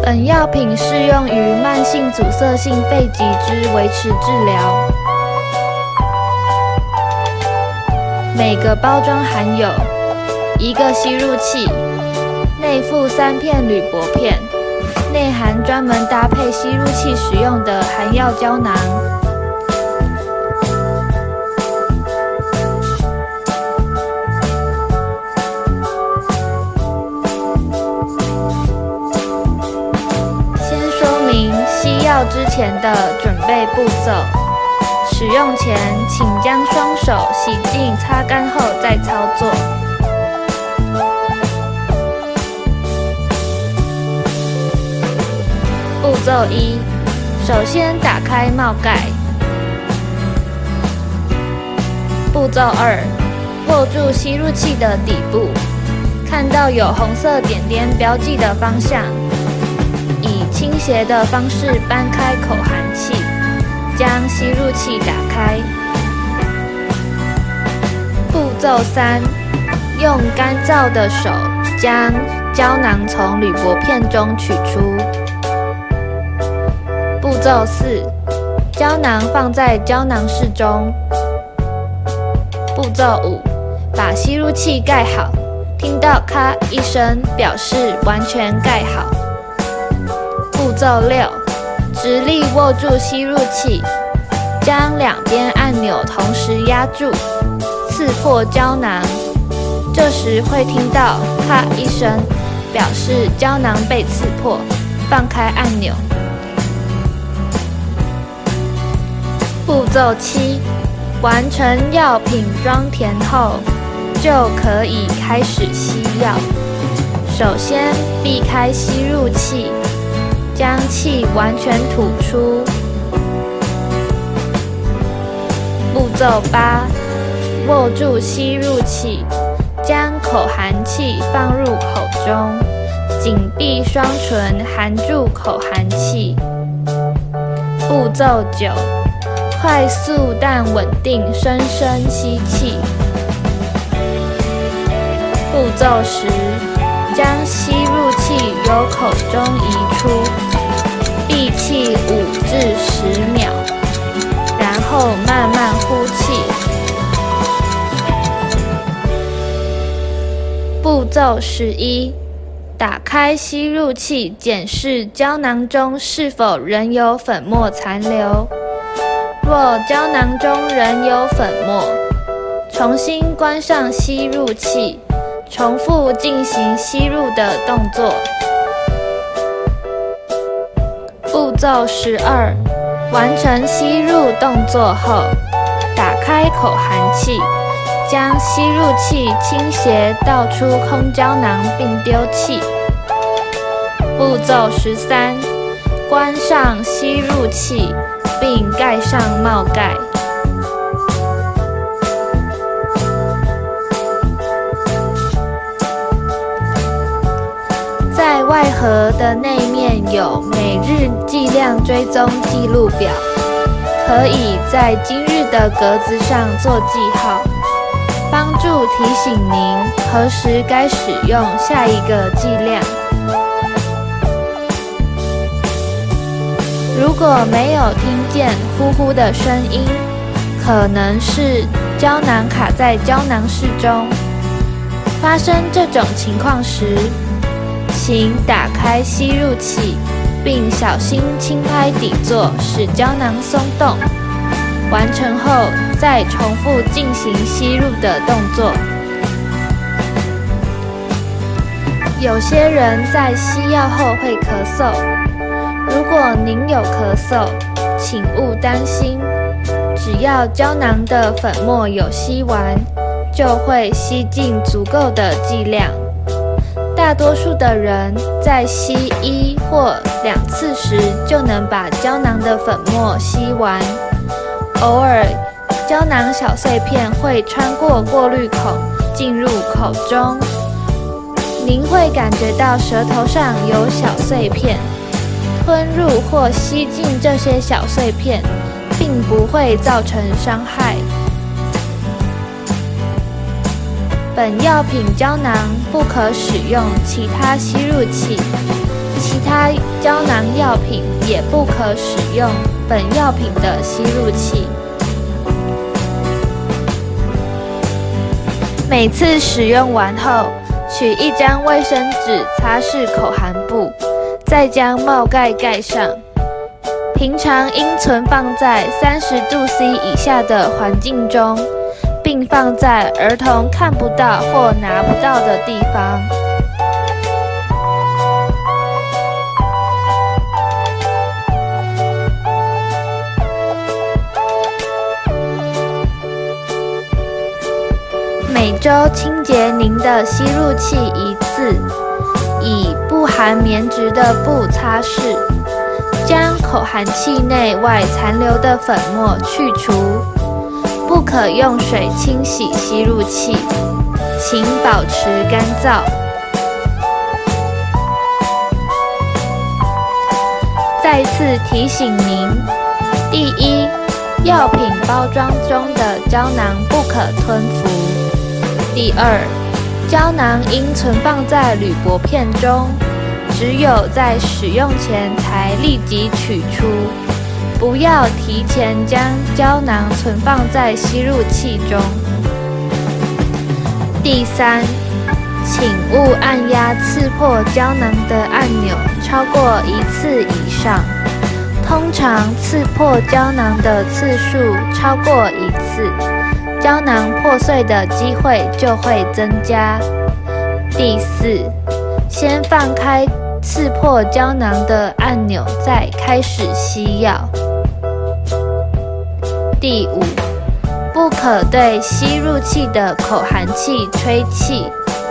本药品适用于慢性阻塞性肺疾之维持治疗。每个包装含有一个吸入器，内附3片铝箔片，内含专门搭配吸入器使用的含药胶囊。吸药之前的准备步骤：使用前，请将双手洗净擦干后再操作。步骤1：首先打开帽盖。步骤2：握住吸入器的底部，看到有红色点点标记的方向。倾斜的方式搬开口含器，将吸入器打开。步骤3：用干燥的手将胶囊从铝箔片中取出。步骤4：胶囊放在胶囊室中。步骤5：把吸入器盖好，听到咔一声，表示完全盖好。步骤6：直立握住吸入器，将2边按钮同时压住，刺破胶囊。这时会听到咔一声，表示胶囊被刺破，放开按钮。步骤7：完成药品装填后，就可以开始吸药。首先避开吸入器，将气完全吐出。步骤8：握住吸入器，将口含器放入口中，紧闭双唇，含住口含器。步骤9：快速但稳定深深吸气。步骤10：将吸入器由口中移出，闭气5至10秒，然后慢慢呼气。步骤11：打开吸入器，检视胶囊中是否仍有粉末残留。若胶囊中仍有粉末，重新关上吸入器，重复进行吸入的动作。步骤12：完成吸入动作后，打开口含器，将吸入器倾斜倒出空胶囊并丢弃。步骤13：关上吸入器，并盖上帽盖。在外盒的内面有每日剂量追踪记录表，可以在今日的格子上做记号，帮助提醒您何时该使用下一个剂量。如果没有听见呼呼的声音，可能是胶囊卡在胶囊室中。发生这种情况时，请打开吸入器，并小心轻拍底座，使胶囊松动。完成后，再重复进行吸入的动作。有些人在吸药后会咳嗽，如果您有咳嗽，请勿担心，只要胶囊的粉末有吸完，就会吸进足够的剂量。大多数的人在吸1或2次时就能把胶囊的粉末吸完，偶尔胶囊小碎片会穿过过滤孔进入口中，您会感觉到舌头上有小碎片。吞入或吸进这些小碎片，并不会造成伤害。本药品胶囊不可使用其他吸入器，其他该胶囊药品也不可使用本药品的吸入器。每次使用完后，取一张卫生纸擦拭口含部，再将帽盖盖上。平常应存放在30度C 以下的环境中，并放在儿童看不到或拿不到的地方。每周清洁您的吸入器1次，以不含棉质的布擦拭，将口含器内外残留的粉末去除。不可用水清洗吸入器，请保持干燥。再次提醒您：第一，药品包装中的胶囊不可吞服。第二，胶囊应存放在铝箔片中，只有在使用前才立即取出，不要提前将胶囊存放在吸入器中。第三，请勿按压刺破胶囊的按钮超过1次以上，通常刺破胶囊的次数超过1次，胶囊破碎的机会就会增加。第四，先放开刺破胶囊的按钮，再开始吸药。第五，不可对吸入器的口含器吹气。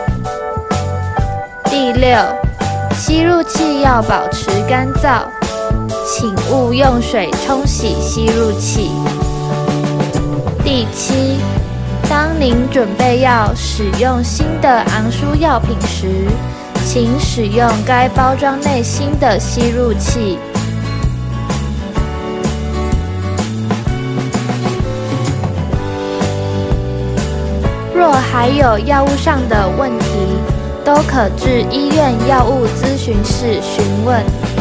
第六，吸入器要保持干燥，请勿用水冲洗吸入器。第七，当您准备要使用新的昂舒药品时，请使用该包装内新的吸入器。若还有药物上的问题，都可至医院药物咨询室询问。